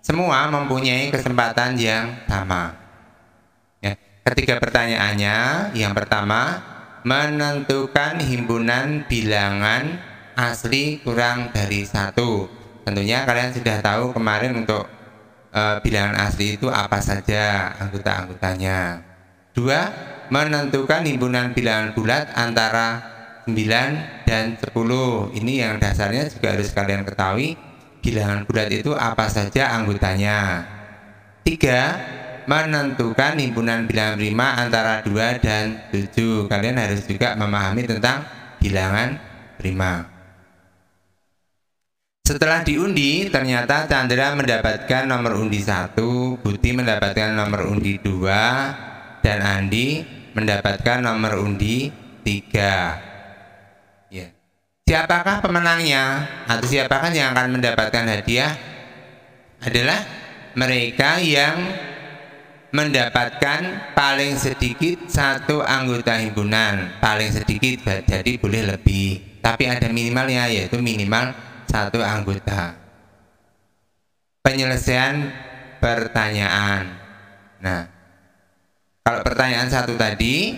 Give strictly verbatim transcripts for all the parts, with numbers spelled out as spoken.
semua mempunyai kesempatan yang sama. Ya, ketiga pertanyaannya, yang pertama, menentukan himpunan bilangan asli kurang dari satu. Tentunya kalian sudah tahu kemarin untuk e, bilangan asli itu apa saja anggota-anggotanya. Dua, menentukan himpunan bilangan bulat antara sembilan dan sepuluh. Ini yang dasarnya juga harus kalian ketahui, bilangan bulat itu apa saja anggotanya. Tiga, menentukan himpunan bilangan prima antara dua dan tujuh. Kalian harus juga memahami tentang bilangan prima. Setelah diundi, ternyata Chandra mendapatkan nomor undi satu, Buti mendapatkan nomor undi dua, dan Andi mendapatkan nomor undi tiga. Ya. Siapakah pemenangnya atau siapakah yang akan mendapatkan hadiah? Adalah mereka yang mendapatkan paling sedikit satu anggota himpunan. Paling sedikit, jadi boleh lebih, tapi ada minimalnya, yaitu minimal satu anggota. Penyelesaian pertanyaan. Nah, kalau pertanyaan satu tadi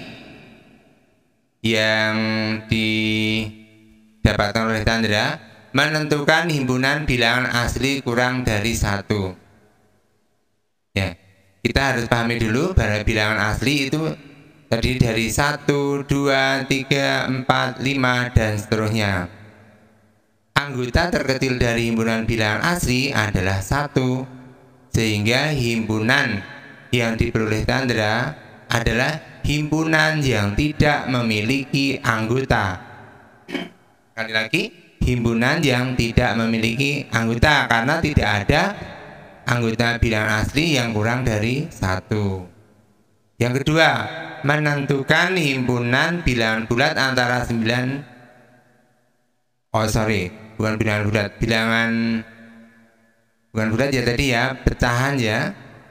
yang didapatkan oleh Chandra, menentukan himpunan bilangan asli kurang dari satu. Ya, kita harus pahami dulu bahwa bilangan asli itu terdiri dari satu, dua, tiga, empat, lima, dan seterusnya. Anggota terkecil dari himpunan bilangan asli adalah satu, sehingga himpunan yang diperoleh Chandra adalah himpunan yang tidak memiliki anggota. Sekali lagi, himpunan yang tidak memiliki anggota karena tidak ada anggota bilangan asli yang kurang dari satu. Yang kedua, menentukan himpunan bilangan bulat antara sembilan. Oh sorry, bukan bilangan bulat, bilangan bukan bulat ya tadi ya, pecahan ya.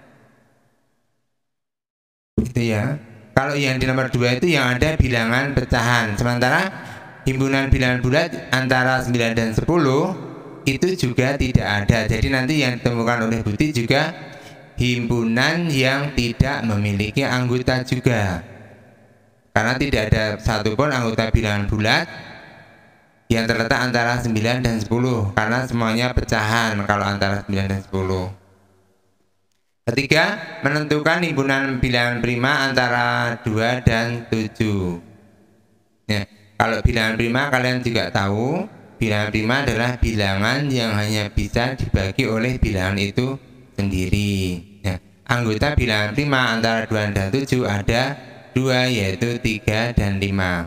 Itu ya. Kalau yang di nomor dua itu yang ada bilangan pecahan. Sementara himpunan bilangan bulat antara sembilan dan sepuluh itu juga tidak ada. Jadi nanti yang ditemukan oleh Buti juga himpunan yang tidak memiliki anggota juga. Karena tidak ada satupun anggota bilangan bulat yang terletak antara sembilan dan sepuluh, karena semuanya pecahan kalau antara sembilan dan sepuluh. Ketiga, menentukan himpunan bilangan prima antara dua dan tujuh. Ya, kalau bilangan prima kalian juga tahu, bilangan prima adalah bilangan yang hanya bisa dibagi oleh bilangan itu sendiri. Ya, anggota bilangan prima antara dua dan tujuh ada dua, yaitu tiga dan lima.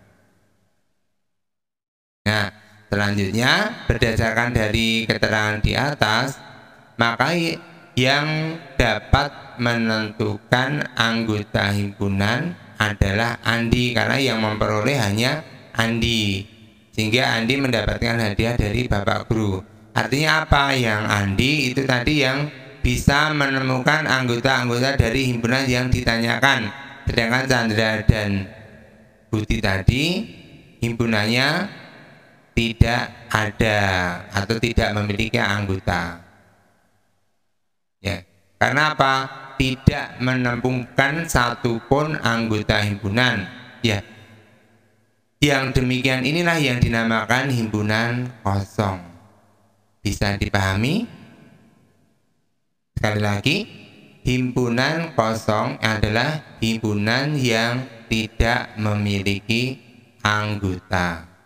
Nah, selanjutnya berdasarkan dari keterangan di atas, maka yang dapat menentukan anggota himpunan adalah Andi, karena yang memperoleh hanya Andi, sehingga Andi mendapatkan hadiah dari Bapak Guru. Artinya apa? Yang Andi itu tadi yang bisa menemukan anggota-anggota dari himpunan yang ditanyakan, sedangkan Chandra dan Buti tadi himpunannya tidak ada atau tidak memiliki anggota. Ya, karena apa? Tidak menemukan satupun anggota himpunan. Ya, yang demikian inilah yang dinamakan himpunan kosong. Bisa dipahami? Sekali lagi, himpunan kosong adalah himpunan yang tidak memiliki anggota.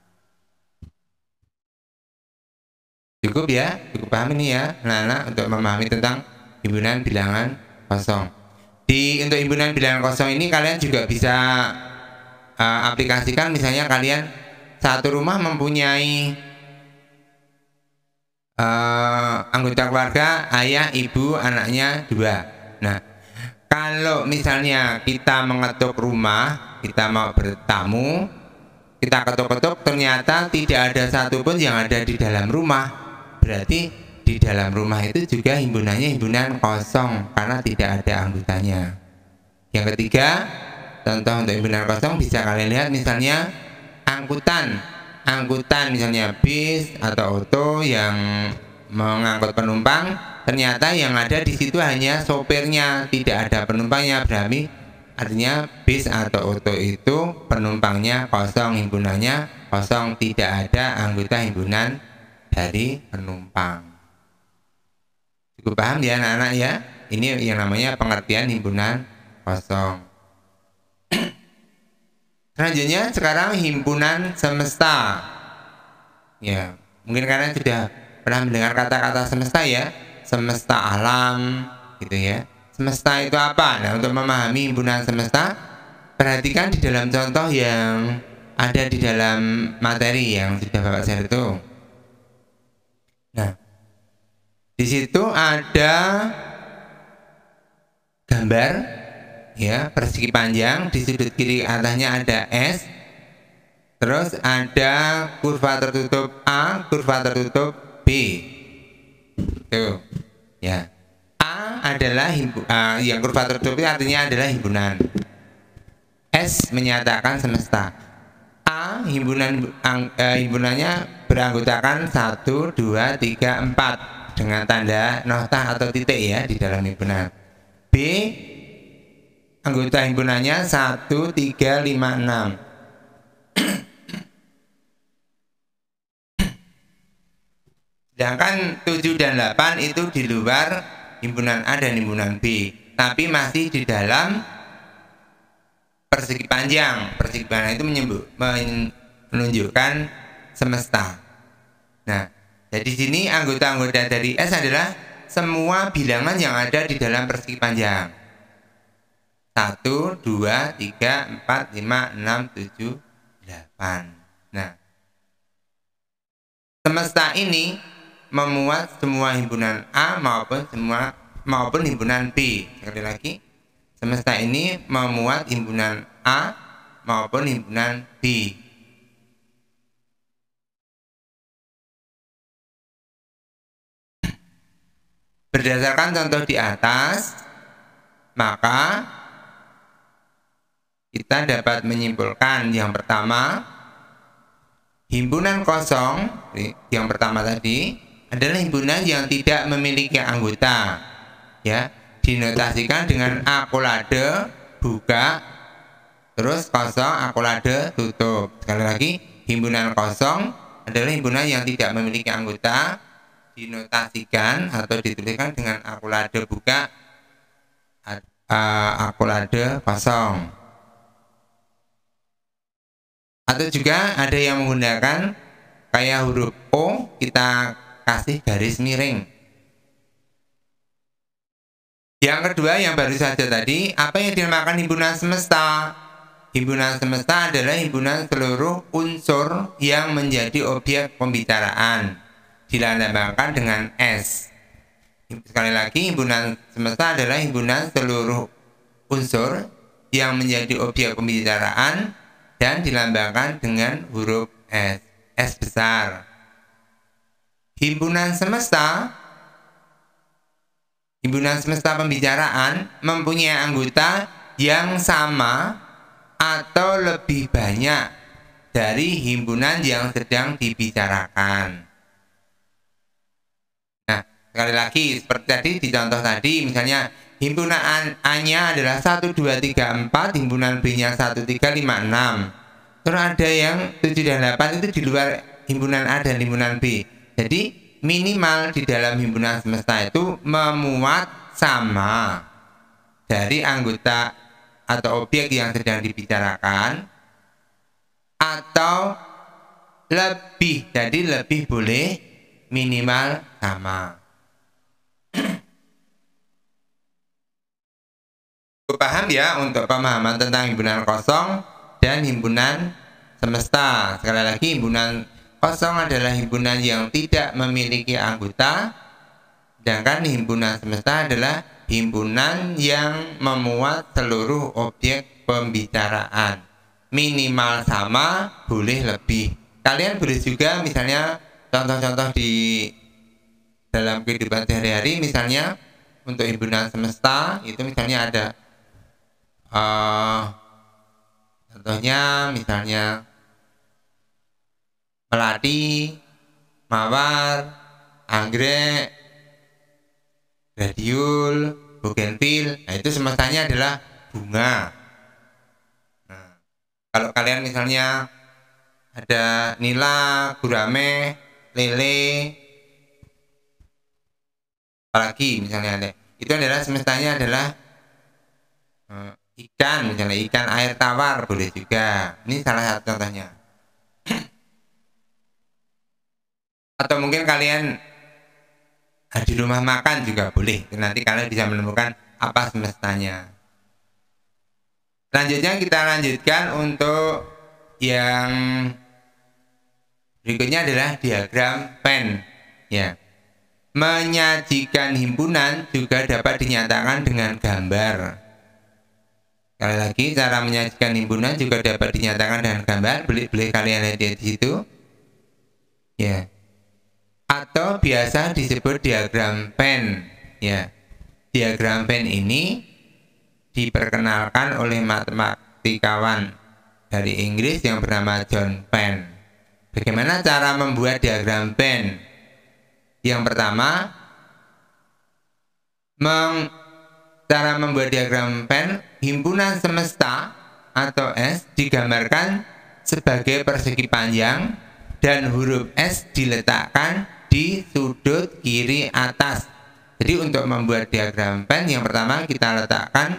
Cukup ya, cukup paham ini ya anak-anak untuk memahami tentang himpunan bilangan kosong. Di untuk himpunan bilangan kosong ini kalian juga bisa uh, aplikasikan. Misalnya kalian satu rumah mempunyai uh, anggota keluarga, ayah, ibu, anaknya dua. Nah, kalau misalnya kita mengetuk rumah, kita mau bertamu, kita ketuk-ketuk, ternyata tidak ada satupun yang ada di dalam rumah, berarti di dalam rumah itu juga himpunannya himpunan kosong karena tidak ada anggotanya. Yang ketiga, contoh untuk himpunan kosong bisa kalian lihat misalnya angkutan, angkutan misalnya bis atau auto yang mengangkut penumpang, ternyata yang ada di situ hanya sopirnya, tidak ada penumpangnya. Berarti artinya bis atau auto itu penumpangnya kosong, himpunannya kosong, tidak ada anggota himpunan dari penumpang. Cukup paham ya anak-anak ya? Ini yang namanya pengertian himpunan kosong. Selanjutnya sekarang himpunan semesta. Ya, mungkin kalian sudah pernah mendengar kata-kata semesta ya, semesta alam gitu ya. Semesta itu apa? Nah, untuk memahami himpunan semesta, perhatikan di dalam contoh yang ada di dalam materi yang sudah Bapak share itu. Nah, di situ ada gambar ya, persegi panjang, di sudut kiri atasnya ada S. Terus ada kurva tertutup A, kurva tertutup B. Tuh, ya. A adalah himpu, uh, yang kurva tertutup itu artinya adalah himpunan. S menyatakan semesta. A himpunan uh, himpunannya beranggotakan satu, dua, tiga, empat dengan tanda nokta atau titik ya di dalam himpunan. B anggota himpunannya satu, tiga, lima, enam. Sedangkan tujuh dan delapan itu di luar himpunan A dan himpunan B, tapi masih di dalam persegi panjang. Persegi panjang itu menunjukkan semesta. Nah, jadi sini anggota-anggota dari S adalah semua bilangan yang ada di dalam persegi panjang. satu, dua, tiga, empat, lima, enam, tujuh, delapan. Nah, semesta ini memuat semua himpunan A maupun semua maupun himpunan B. Sekali lagi, semesta ini memuat himpunan A maupun himpunan B. Berdasarkan contoh di atas, maka kita dapat menyimpulkan yang pertama, himpunan kosong yang pertama tadi adalah himpunan yang tidak memiliki anggota, ya, dinotasikan dengan akulade buka terus kosong akulade tutup. Sekali lagi, himpunan kosong adalah himpunan yang tidak memiliki anggota, dinotasikan atau dituliskan dengan akulade buka uh, akulade kosong. Atau juga ada yang menggunakan kayak huruf O, kita kasih garis miring. Yang kedua yang baru saja tadi, apa yang dinamakan himpunan semesta? Himpunan semesta adalah himpunan seluruh unsur yang menjadi objek pembicaraan, dilambangkan dengan S. Sekali lagi, himpunan semesta adalah himpunan seluruh unsur yang menjadi objek pembicaraan dan dilambangkan dengan huruf S, S besar. Himpunan semesta, himpunan semesta pembicaraan mempunyai anggota yang sama atau lebih banyak dari himpunan yang sedang dibicarakan. Nah, sekali lagi seperti tadi di contoh tadi, misalnya himpunan A-nya adalah satu, dua, tiga, empat, himpunan B-nya satu, tiga, lima, enam. Terus ada yang tujuh dan delapan itu di luar himpunan A dan himpunan B. Jadi minimal di dalam himpunan semesta itu memuat sama dari anggota atau objek yang sedang dibicarakan atau lebih. Jadi lebih boleh, minimal sama. Paham ya untuk pemahaman tentang himpunan kosong dan himpunan semesta. Sekali lagi, himpunan kosong adalah himpunan yang tidak memiliki anggota, sedangkan himpunan semesta adalah himpunan yang memuat seluruh objek pembicaraan. Minimal sama, boleh lebih. Kalian boleh juga misalnya contoh-contoh di dalam kehidupan sehari-hari, misalnya untuk himpunan semesta itu misalnya ada uh, contohnya misalnya melati, mawar, anggrek, gladiol, bougainville. Nah, itu semestanya adalah bunga. Nah, kalau kalian misalnya ada nila, gurame, lele, apalagi misalnya ada, itu adalah semestanya adalah uh, ikan, misalnya ikan air tawar boleh juga. Ini salah satu contohnya. Atau mungkin kalian di rumah makan juga boleh. Nanti kalian bisa menemukan apa semestanya. Selanjutnya kita lanjutkan untuk yang berikutnya adalah diagram Venn. Ya, menyajikan himpunan juga dapat dinyatakan dengan gambar. Sekali lagi, cara menyajikan himpunan juga dapat dinyatakan dengan gambar. Boleh, boleh kalian lihat di situ. Ya. Atau biasa disebut diagram Venn. Ya. Diagram Venn ini diperkenalkan oleh matematikawan dari Inggris yang bernama John Venn. Bagaimana cara membuat diagram Venn? Yang pertama, meng, cara membuat diagram Venn, himpunan semesta atau S digambarkan sebagai persegi panjang dan huruf S diletakkan di sudut kiri atas. Jadi untuk membuat diagram Venn, yang pertama kita letakkan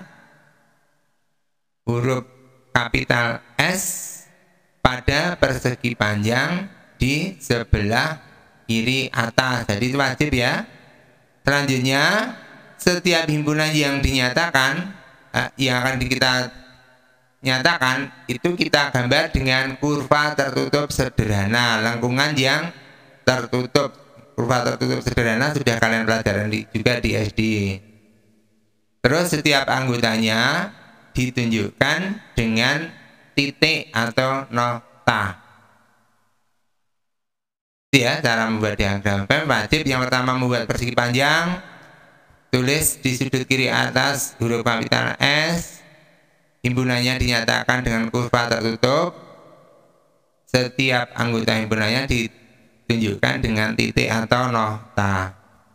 huruf kapital S pada persegi panjang di sebelah kiri atas. Jadi itu wajib ya. Selanjutnya, setiap himpunan yang dinyatakan eh, yang akan kita nyatakan itu kita gambar dengan kurva tertutup sederhana, lengkungan yang tertutup. Kurva tertutup sederhana sudah kalian pelajari juga di S D. Terus setiap anggotanya ditunjukkan dengan titik atau nokta. Itu ya cara membuat diagram Venn. Wajib yang pertama membuat persegi panjang, tulis di sudut kiri atas huruf kapital S, himpunannya dinyatakan dengan kurva tertutup, setiap anggota himpunannya ditunjukkan dengan titik atau nokta.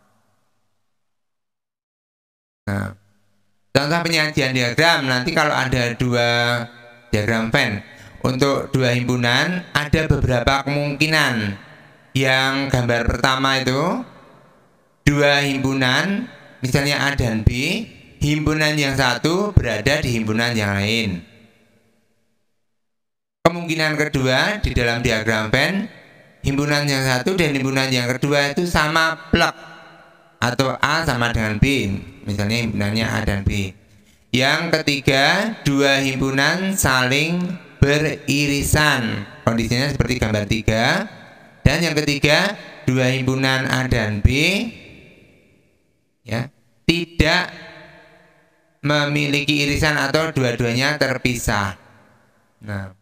Nah, contoh penyajian diagram, nanti kalau ada dua diagram Venn untuk dua himpunan ada beberapa kemungkinan. Yang gambar pertama itu dua himpunan, misalnya A dan B, himpunan yang satu berada di himpunan yang lain. Kemungkinan kedua di dalam diagram Venn, himpunan yang satu dan himpunan yang kedua itu sama plek, atau A sama dengan B, misalnya himpunannya A dan B. Yang ketiga, dua himpunan saling beririsan, kondisinya seperti gambar tiga. Dan yang ketiga, dua himpunan A dan B ya tidak memiliki irisan atau dua-duanya terpisah. Nah,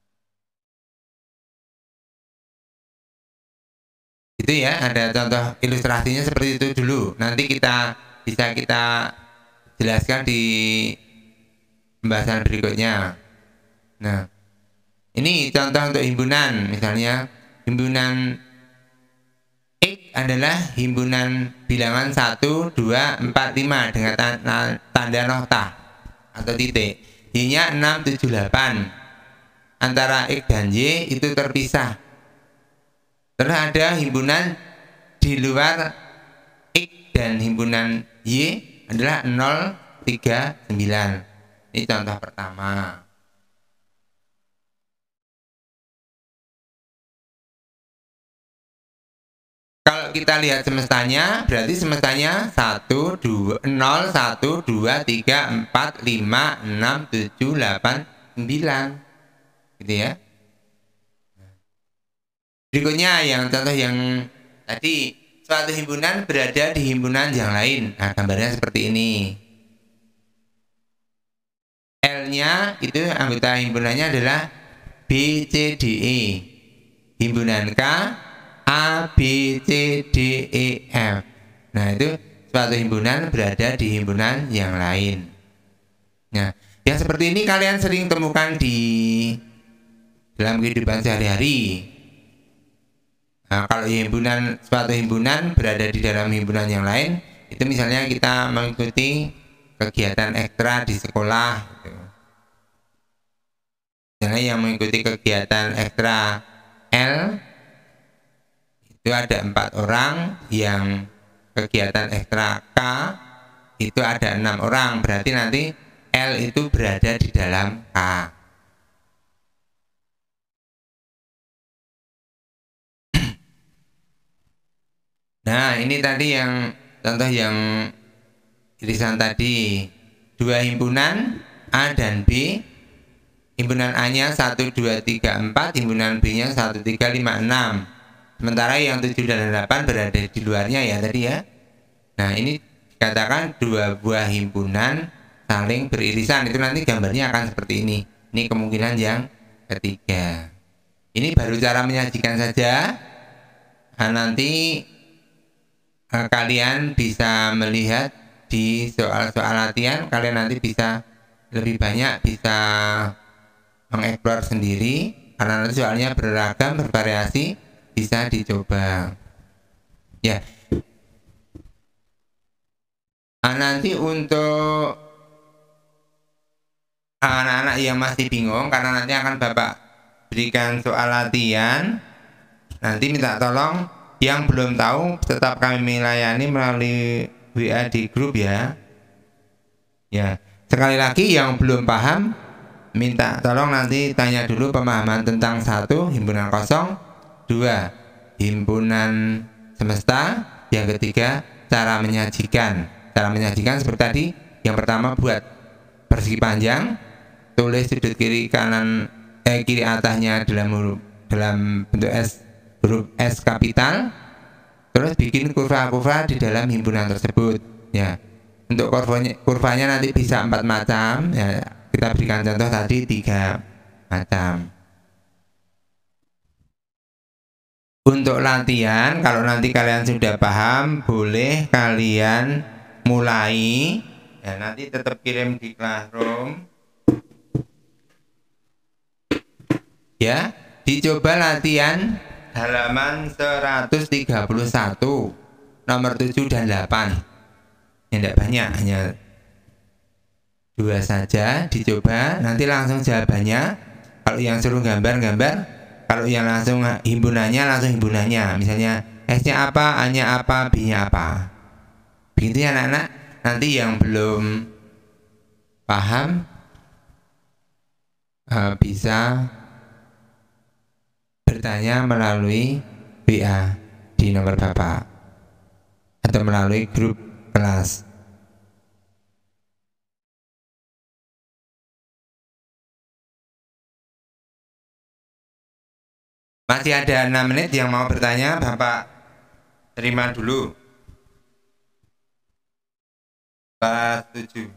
itu ya, ada contoh ilustrasinya seperti itu dulu. Nanti kita bisa kita jelaskan di pembahasan berikutnya. Nah, ini contoh untuk himpunan, misalnya himpunan X adalah himpunan bilangan satu, dua, empat, lima dengan tanda nokta atau titik. Y-nya enam, tujuh, delapan. Antara X dan Y itu terpisah. Terus ada himpunan di luar X dan himpunan Y adalah nol, tiga, sembilan. Ini contoh pertama. Kalau kita lihat semestanya, berarti semestanya satu, dua, nol, satu, dua, tiga, empat, lima, enam, tujuh, delapan, sembilan. Gitu ya. Berikutnya yang contoh yang tadi, suatu himpunan berada di himpunan yang lain. Nah, gambarnya seperti ini. L-nya itu anggota himpunannya adalah B, C, D, E. Himpunan K A, B, C, D, E, F. Nah, itu suatu himpunan berada di himpunan yang lain. Nah, yang seperti ini kalian sering temukan di dalam kehidupan sehari-hari. Nah, kalau himpunan, suatu himpunan berada di dalam himpunan yang lain, Itu misalnya kita mengikuti kegiatan ekstra di sekolah gitu. Misalnya yang mengikuti kegiatan ekstra L itu ada empat orang, yang kegiatan ekstra K itu ada enam orang, berarti nanti L itu berada di dalam K. Nah, ini tadi yang contoh yang irisan tadi, dua himpunan A dan B. Himpunan A-nya satu, dua, tiga, empat, himpunan B-nya satu, tiga, lima, enam. Sementara yang tujuh dan delapan berada di luarnya ya tadi ya. Nah, ini dikatakan dua buah himpunan saling beririsan. Itu nanti gambarnya akan seperti ini. Ini kemungkinan yang ketiga. Ini baru cara menyajikan saja. Nah, nanti eh, kalian bisa melihat di soal-soal latihan. Kalian nanti bisa lebih banyak bisa mengeksplor sendiri, karena nanti soalnya beragam, bervariasi, bisa dicoba ya. Nah, nanti untuk anak-anak yang masih bingung, karena nanti akan Bapak berikan soal latihan, nanti minta tolong yang belum tahu tetap kami melayani melalui W A di grup ya. Ya, sekali lagi yang belum paham minta tolong nanti tanya dulu pemahaman tentang satu himpunan kosong, dua himpunan semesta, yang ketiga cara menyajikan. Cara menyajikan seperti tadi, yang pertama buat persegi panjang, tulis sudut kiri kanan eh kiri atasnya dalam huruf dalam bentuk S, huruf S kapital, terus bikin kurva-kurva di dalam himpunan tersebut ya. Untuk kurvanya, kurvanya nanti bisa empat macam ya. Kita berikan contoh tadi tiga macam. Untuk latihan, kalau nanti kalian sudah paham, boleh kalian mulai ya. Nanti tetap kirim di Classroom ya. Dicoba latihan halaman seratus tiga puluh satu, nomor tujuh dan delapan. Ya, tidak banyak, hanya dua saja. Dicoba, nanti langsung jawabannya. Kalau yang suruh gambar-gambar, kalau yang langsung himpunannya langsung himpunannya. Misalnya S-nya apa, A-nya apa, B-nya apa. Begitu ya anak-anak. Nanti yang belum paham uh, bisa bertanya melalui W A di nomor Bapak atau melalui grup kelas. Masih ada enam menit yang mau bertanya, Bapak terima dulu. Kelas tujuh.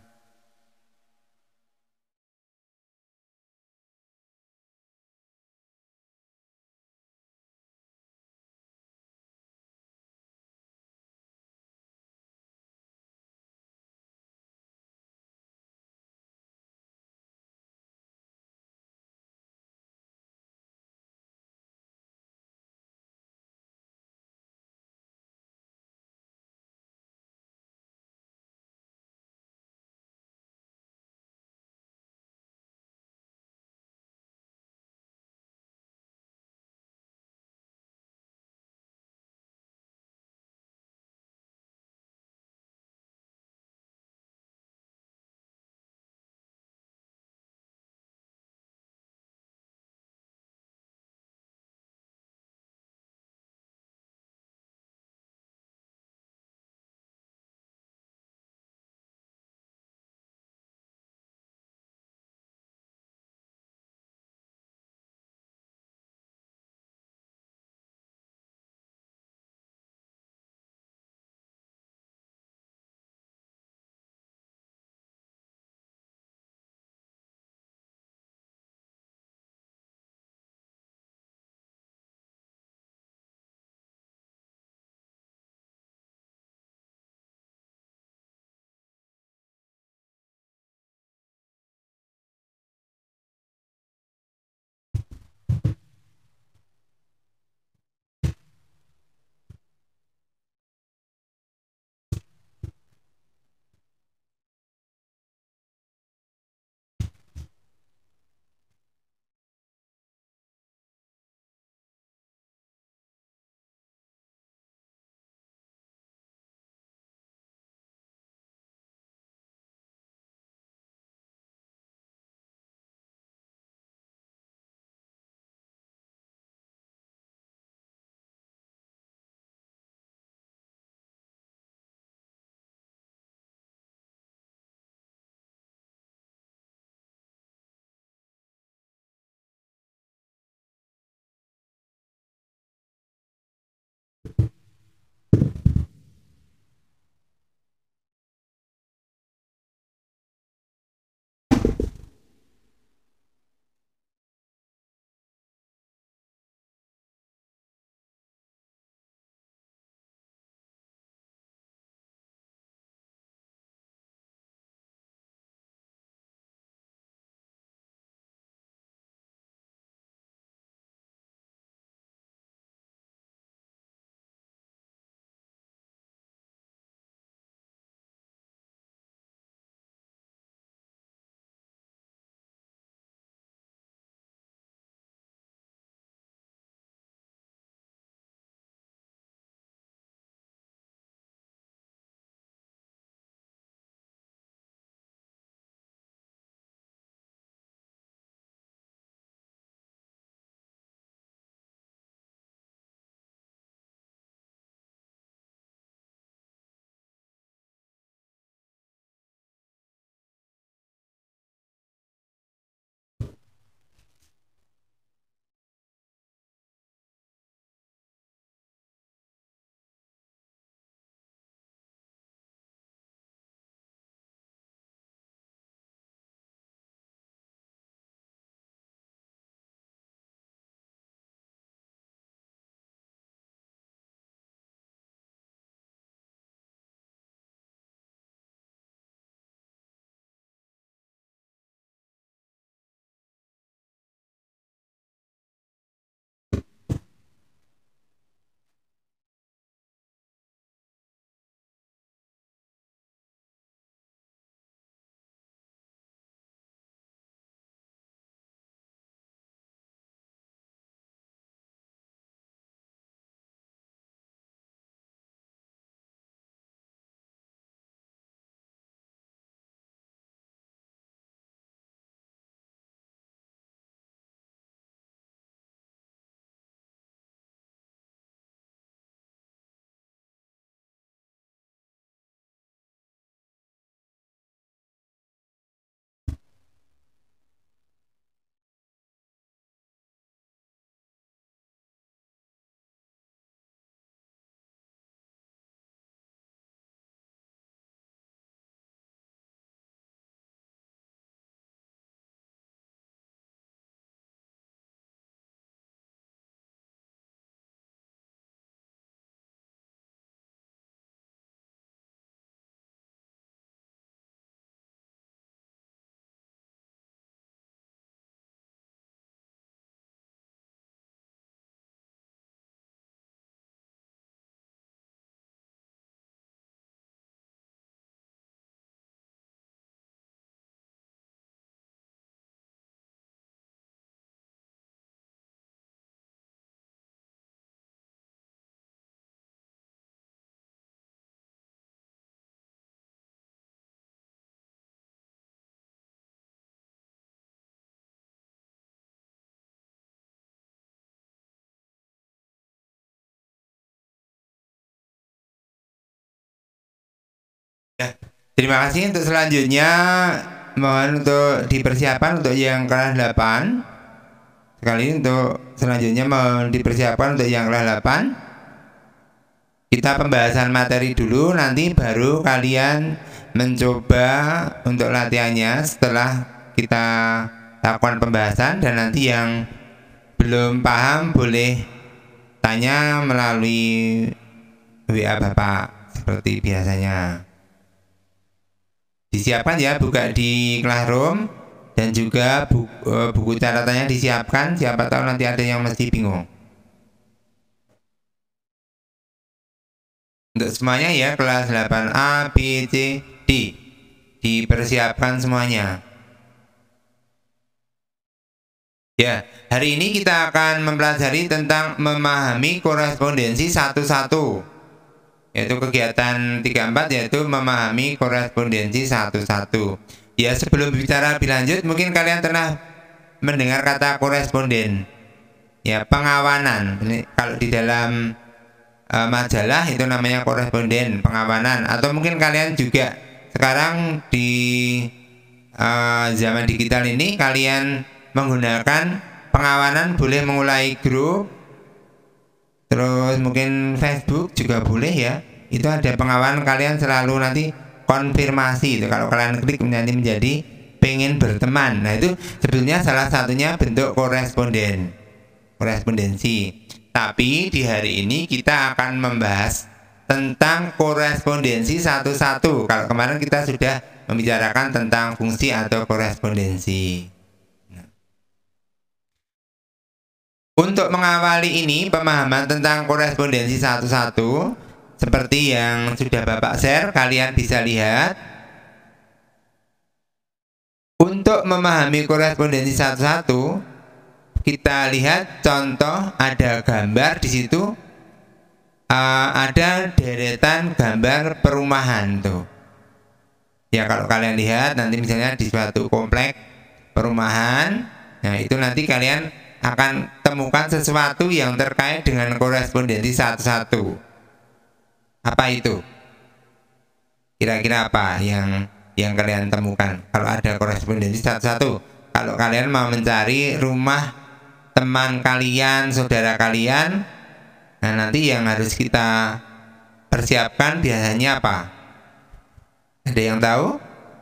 Ya, terima kasih. Untuk selanjutnya mohon untuk dipersiapkan untuk yang kelas delapan. Sekali untuk selanjutnya mohon dipersiapkan untuk yang kelas delapan. Kita pembahasan materi dulu, nanti baru kalian mencoba untuk latihannya setelah kita lakukan pembahasan. Dan nanti yang belum paham boleh tanya melalui W A Bapak seperti biasanya. Disiapkan ya, buka di Classroom, dan juga buku, buku catatannya disiapkan. Siapa tahu nanti ada yang masih bingung. Untuk semuanya ya, kelas delapan A, B, C, D dipersiapkan semuanya. Ya, hari ini kita akan mempelajari tentang memahami korespondensi satu-satu. Yaitu kegiatan tiga puluh empat, yaitu memahami korespondensi satu-satu. Ya, sebelum bicara lebih lanjut, mungkin kalian pernah mendengar kata koresponden. Ya, pengawanan. Ini kalau di dalam uh, majalah itu namanya koresponden, pengawanan. Atau mungkin kalian juga sekarang di uh, zaman digital ini kalian menggunakan pengawanan, boleh memulai grup. Terus mungkin Facebook juga boleh ya. Itu ada pengawalan, kalian selalu nanti konfirmasi itu. Kalau kalian klik nanti menjadi pengen berteman. Nah, itu sebetulnya salah satunya bentuk koresponden, korespondensi. Tapi di hari ini kita akan membahas tentang korespondensi satu-satu. Kalau kemarin kita sudah membicarakan tentang fungsi atau korespondensi. Untuk mengawali ini pemahaman tentang korespondensi satu-satu, seperti yang sudah Bapak share, kalian bisa lihat. Untuk memahami korespondensi satu-satu, kita lihat contoh, ada gambar di situ, uh, ada deretan gambar perumahan tuh. Ya, kalau kalian lihat nanti misalnya di suatu komplek perumahan, nah itu nanti kalian akan temukan sesuatu yang terkait dengan korespondensi satu-satu. Apa itu? Kira-kira apa yang yang kalian temukan kalau ada korespondensi satu-satu? Kalau kalian mau mencari rumah teman kalian, saudara kalian, nah nanti yang harus kita persiapkan biasanya apa? Ada yang tahu?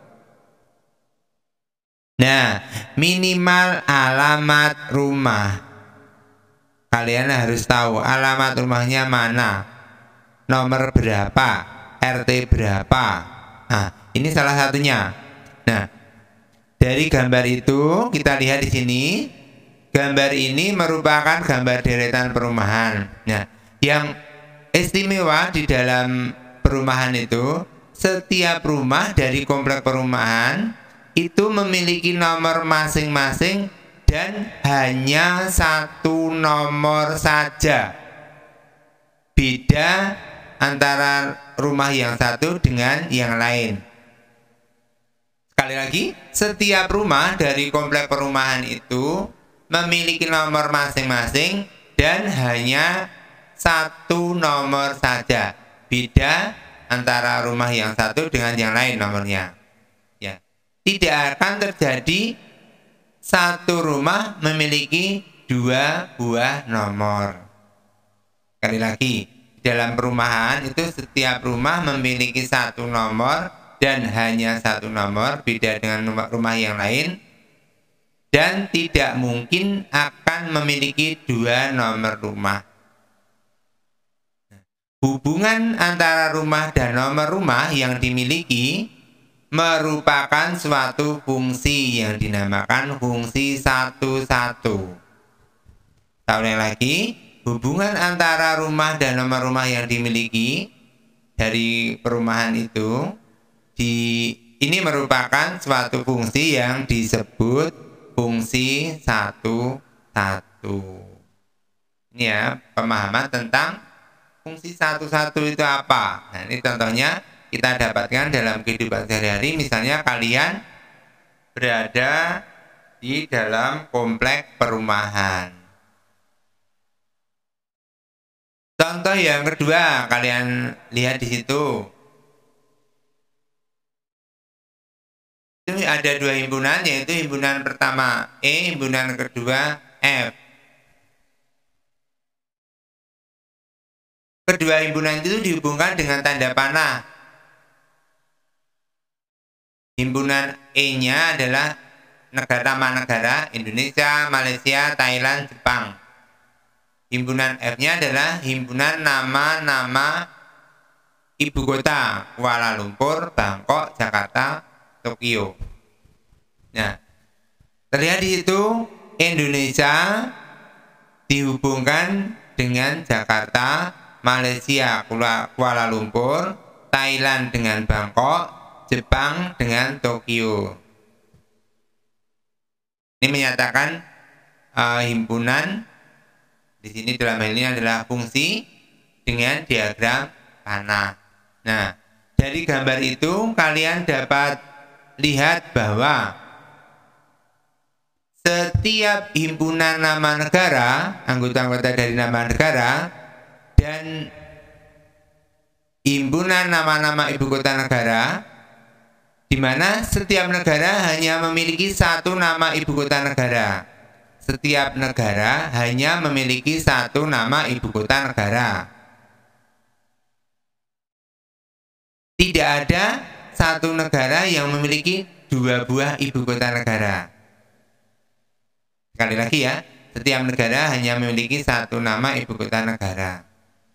Nah, minimal alamat rumah. Kalian harus tahu alamat rumahnya mana, nomor berapa, R T berapa. Nah, ini salah satunya. Nah, dari gambar itu kita lihat di sini, gambar ini merupakan gambar deretan perumahan. Nah, yang istimewa di dalam perumahan itu, setiap rumah dari komplek perumahan itu memiliki nomor masing-masing dan hanya satu nomor saja. Beda antara rumah yang satu dengan yang lain. Sekali lagi, setiap rumah dari komplek perumahan itu memiliki nomor masing-masing dan hanya satu nomor saja. Beda antara rumah yang satu dengan yang lain nomornya. Tidak akan terjadi satu rumah memiliki dua buah nomor. Sekali lagi, dalam perumahan itu setiap rumah memiliki satu nomor dan hanya satu nomor, beda dengan rumah yang lain, dan tidak mungkin akan memiliki dua nomor rumah. Hubungan antara rumah dan nomor rumah yang dimiliki merupakan suatu fungsi yang dinamakan fungsi satu-satu. Tahu lagi, hubungan antara rumah dan nomor rumah yang dimiliki dari perumahan itu, di, ini merupakan suatu fungsi yang disebut fungsi satu-satu. Ini ya, pemahaman tentang fungsi satu-satu itu apa. Nah, ini contohnya kita dapatkan dalam kehidupan sehari-hari. Misalnya kalian berada di dalam komplek perumahan. Contoh yang kedua, kalian lihat di situ. ada dua himpunan, yaitu himpunan pertama E, himpunan kedua F. Kedua himpunan itu dihubungkan dengan tanda panah. Himpunan E-nya adalah negara nama negara Indonesia, Malaysia, Thailand, Jepang. Himpunan F-nya adalah himpunan nama-nama ibu kota, Kuala Lumpur, Bangkok, Jakarta, Tokyo. Nah, terlihat di situ Indonesia dihubungkan dengan Jakarta, Malaysia, Kuala Lumpur, Thailand dengan Bangkok, Jepang dengan Tokyo. Ini menyatakan uh, himpunan di sini dalam hal ini adalah fungsi dengan diagram panah. Nah, dari gambar itu kalian dapat lihat bahwa setiap himpunan nama negara, anggota-anggota dari nama negara, dan himpunan nama-nama ibu kota negara, di mana setiap negara hanya memiliki satu nama ibu kota negara. Setiap negara hanya memiliki satu nama ibu kota negara. Tidak ada satu negara yang memiliki dua buah ibu kota negara. Sekali lagi ya, setiap negara hanya memiliki satu nama ibu kota negara.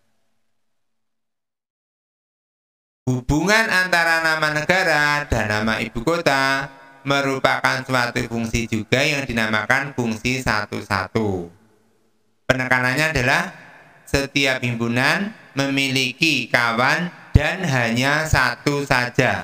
Hubungan antara nama negara dan nama ibu kota merupakan suatu fungsi juga yang dinamakan fungsi satu-satu. Penekanannya adalah setiap himpunan memiliki kawan dan hanya satu saja.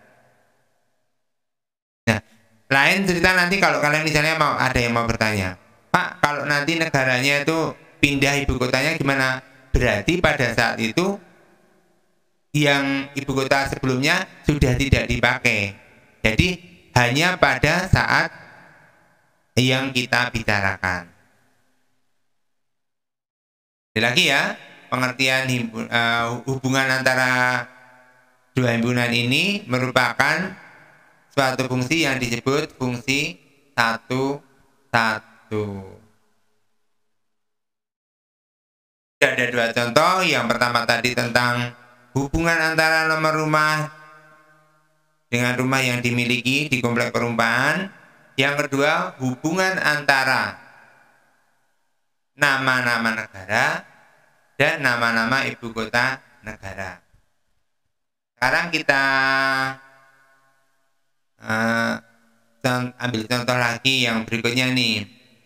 Nah, lain cerita nanti kalau kalian misalnya mau ada yang mau bertanya, Pak, kalau nanti negaranya itu pindah ibu kotanya gimana? Berarti pada saat itu yang ibu kota sebelumnya sudah tidak dipakai. Jadi hanya pada saat yang kita bicarakan. Jadi lagi ya, pengertian himpun, uh, hubungan antara dua himpunan ini merupakan suatu fungsi yang disebut fungsi satu-satu. Ada dua contoh. Yang pertama tadi tentang hubungan antara nomor rumah dengan rumah yang dimiliki di komplek perumahan. Yang kedua, hubungan antara nama-nama negara dan nama-nama ibu kota negara. Sekarang kita uh, ambil contoh lagi yang berikutnya nih.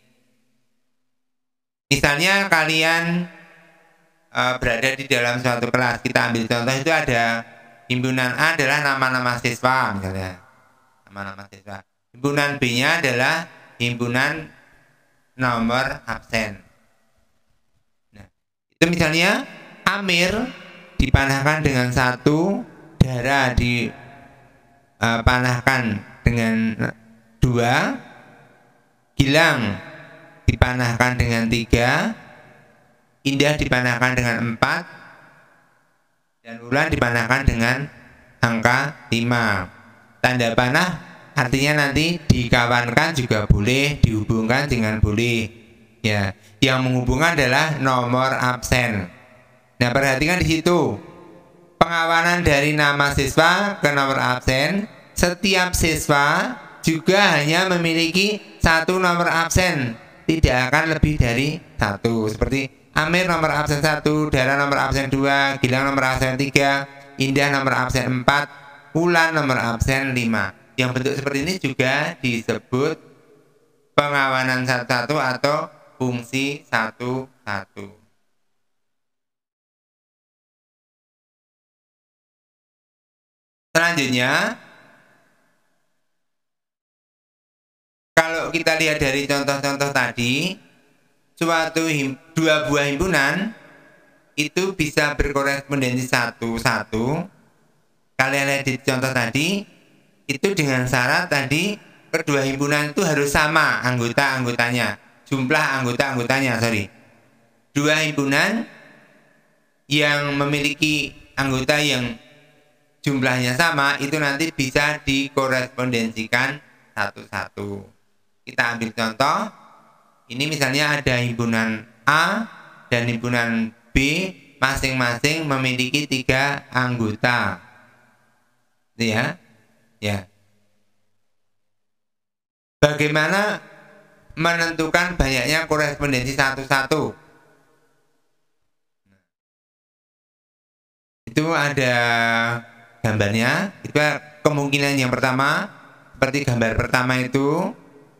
Misalnya kalian uh, berada di dalam suatu kelas. Kita ambil contoh itu ada himpunan A adalah nama-nama siswa misalnya, nama-nama siswa. Himpunan B-nya adalah himpunan nomor absen. Nah, itu misalnya Amir dipanahkan dengan satu, Dara dipanahkan dengan dua, Gilang dipanahkan dengan tiga, Indah dipanahkan dengan empat, dan Wulan dipanahkan dengan angka lima. Tanda panah artinya nanti dikawankan juga boleh, dihubungkan dengan boleh. Ya, yang menghubungkan adalah nomor absen. Nah, perhatikan di situ. Pengawanan dari nama siswa ke nomor absen, setiap siswa juga hanya memiliki satu nomor absen, tidak akan lebih dari satu. Seperti Amir nomor absen satu, Dara nomor absen dua, Gilang nomor absen tiga, Indah nomor absen empat, Wulan nomor absen lima. Yang bentuk seperti ini juga disebut pengawanan satu-satu atau fungsi satu-satu. Selanjutnya, kalau kita lihat dari contoh-contoh tadi, suatu him, dua buah himpunan itu bisa berkorespondensi satu-satu. Kalian lihat di contoh tadi, itu dengan syarat tadi kedua himpunan itu harus sama anggota-anggotanya, jumlah anggota-anggotanya, sorry. Dua himpunan yang memiliki anggota yang jumlahnya sama, itu nanti bisa dikorespondensikan satu-satu. Kita ambil contoh. Ini misalnya ada himpunan A dan himpunan B, masing-masing memiliki tiga anggota. Itu ya. Ya. Bagaimana menentukan banyaknya korespondensi satu-satu? Itu ada gambarnya. Itu kemungkinan yang pertama, seperti gambar pertama itu,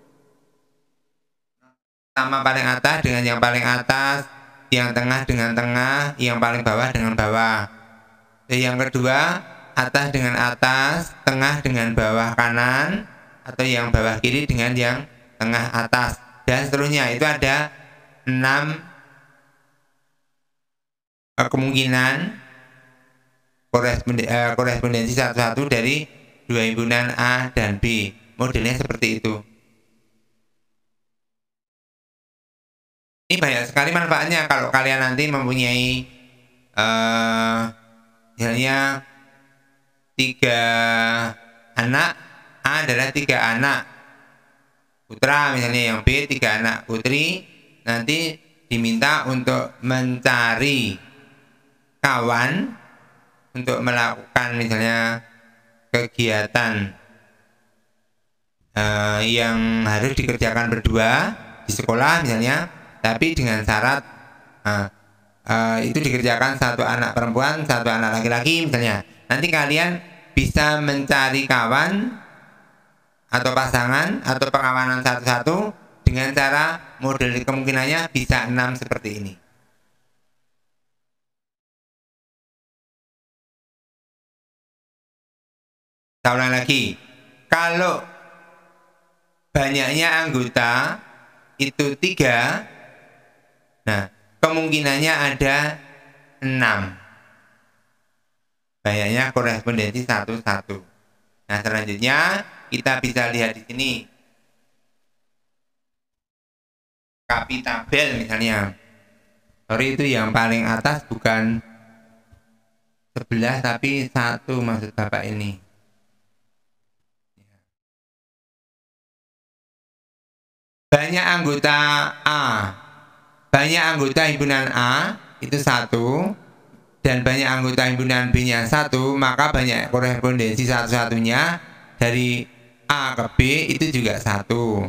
pertama paling atas dengan yang paling atas, yang tengah dengan tengah, yang paling bawah dengan bawah. Yang kedua, atas dengan atas, tengah dengan bawah kanan, atau yang bawah kiri dengan yang tengah atas, dan seterusnya. Itu ada enam kemungkinan koresponden, eh, korespondensi satu-satu dari dua himpunan A dan B. Modelnya seperti itu. Ini banyak sekali manfaatnya kalau kalian nanti mempunyai uh, misalnya tiga anak, A adalah tiga anak putra, misalnya yang B tiga anak putri, nanti diminta untuk mencari kawan untuk melakukan misalnya kegiatan uh, yang harus dikerjakan berdua di sekolah misalnya, tapi dengan syarat uh, uh, itu dikerjakan satu anak perempuan, satu anak laki-laki misalnya. Nanti kalian bisa mencari kawan atau pasangan atau pengawanan satu-satu dengan cara model kemungkinannya bisa enam seperti ini. Saya ulang lagi, kalau banyaknya anggota itu tiga, nah kemungkinannya ada enam. Banyaknya korespondensi satu-satu. Nah selanjutnya kita bisa lihat di sini kapi tabel misalnya. Sorry, itu yang paling atas bukan sebelas tapi satu maksud Bapak ini. Banyak anggota A, banyak anggota himpunan A itu satu, dan banyak anggota himpunan B-nya satu, maka banyak korespondensi satu-satunya dari A ke B itu juga satu.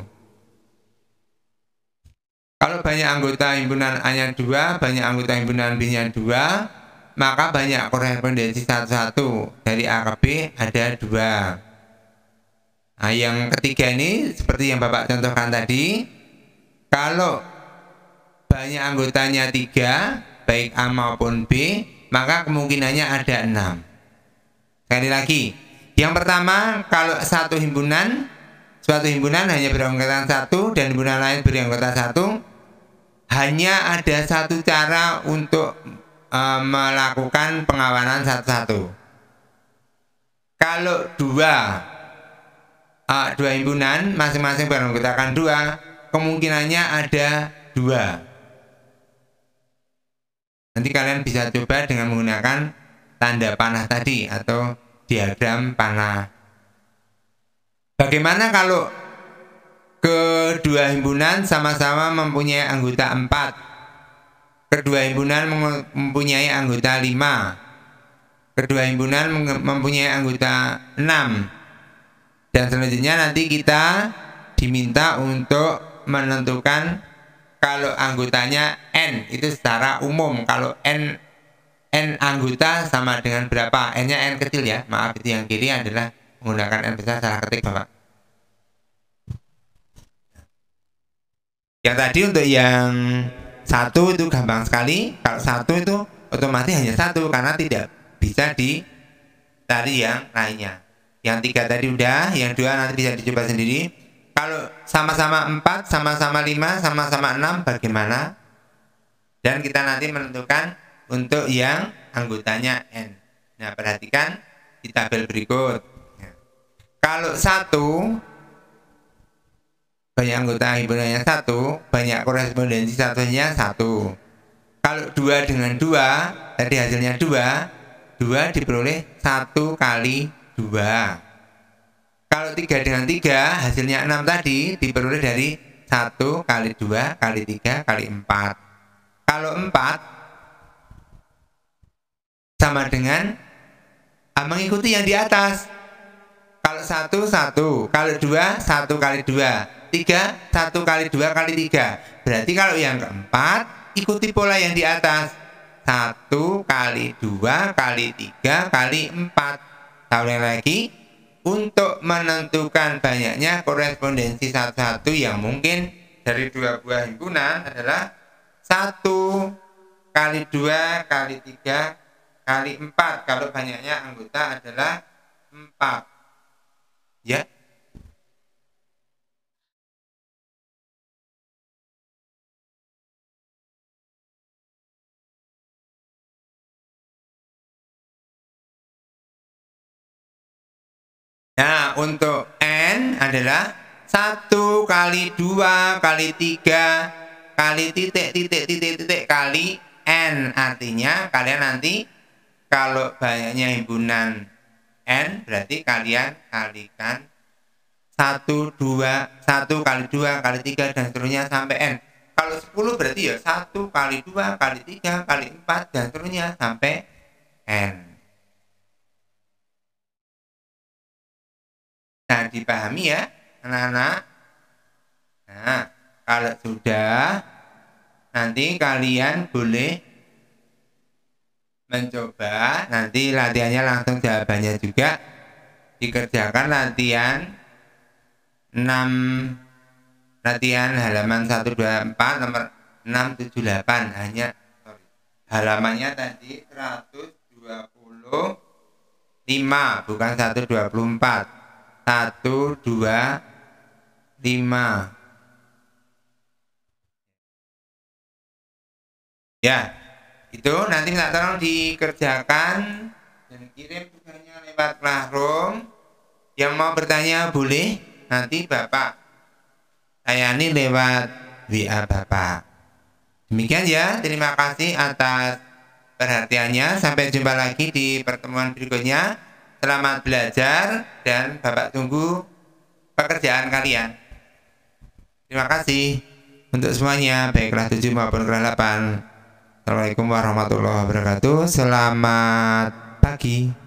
Kalau banyak anggota himpunan A-nya dua, banyak anggota himpunan B-nya dua, maka banyak korespondensi satu-satu dari A ke B ada dua. Nah, yang ketiga ini seperti yang Bapak contohkan tadi, kalau banyak anggotanya tiga, baik A maupun B, maka kemungkinannya ada enam. Sekali lagi, yang pertama, kalau satu himpunan, suatu himpunan hanya beranggotakan satu dan himpunan lain beranggota satu, hanya ada satu cara untuk uh, melakukan pengawanan satu-satu. Kalau dua Uh, dua himpunan masing-masing beranggotakan dua, kemungkinannya ada dua. Nanti kalian bisa coba dengan menggunakan tanda panah tadi atau diagram panah. Bagaimana kalau kedua himpunan sama-sama mempunyai anggota empat, kedua himpunan mempunyai anggota lima, kedua himpunan mempunyai anggota enam, dan selanjutnya nanti kita diminta untuk menentukan kalau anggotanya N itu secara umum. Kalau N N anggota sama dengan berapa? N-nya N kecil ya. Maaf, itu yang kiri adalah menggunakan N besar, salah ketik Bapak. Yang tadi untuk yang satu itu gampang sekali. Kalau satu itu otomatis hanya satu karena tidak bisa dicari yang lainnya. Yang tiga tadi udah, yang dua nanti bisa dicoba sendiri. Kalau sama-sama empat, sama-sama lima, sama-sama enam, bagaimana? Dan kita nanti menentukan untuk yang anggotanya N. Nah, perhatikan di tabel berikut. Kalau satu, banyak anggota himpunannya satu, banyak korespondensi satunya satu. Kalau dua dengan dua, tadi hasilnya dua, dua diperoleh satu kali dua. Kalau tiga dengan tiga, hasilnya enam tadi diperoleh dari satu kali dua kali tiga kali empat. Kalau empat sama dengan ah, mengikuti yang di atas. Kalau satu, satu. Kalau dua, satu kali dua. Tiga, satu kali dua kali tiga. Berarti kalau yang keempat, ikuti pola yang di atas. Satu kali dua kali tiga kali empat. Tahu lagi? Untuk menentukan banyaknya korespondensi satu-satu yang mungkin dari dua buah himpunan adalah satu kali dua kali tiga kali empat. Kalau banyaknya anggota adalah empat. Ya. Nah, untuk N adalah satu kali dua kali tiga kali titik titik titik titik kali N. Artinya kalian nanti kalau banyaknya himpunan N berarti kalian kalikan satu, dua, satu kali dua kali tiga dan seterusnya sampai N. Kalau sepuluh berarti ya satu kali dua kali tiga kali empat dan seterusnya sampai N. Nah, dipahami ya anak-anak. Nah, kalau sudah, nanti kalian boleh mencoba. Nanti latihannya langsung jawabannya juga dikerjakan latihan enam, latihan halaman seratus dua puluh empat nomor enam tujuh delapan. Hanya sorry, halamannya tadi seratus dua puluh lima bukan seratus dua puluh empat. Satu, dua, lima. Ya, itu nanti minta tolong dikerjakan dan kirim tugasnya lewat Classroom. Yang mau bertanya boleh, nanti Bapak layani lewat W A Bapak. Demikian ya, terima kasih atas perhatiannya. Sampai jumpa lagi di pertemuan berikutnya. Selamat belajar dan Bapak tunggu pekerjaan kalian. Terima kasih untuk semuanya, baik kelas tujuh maupun kelas delapan. Assalamualaikum warahmatullahi wabarakatuh. Selamat pagi.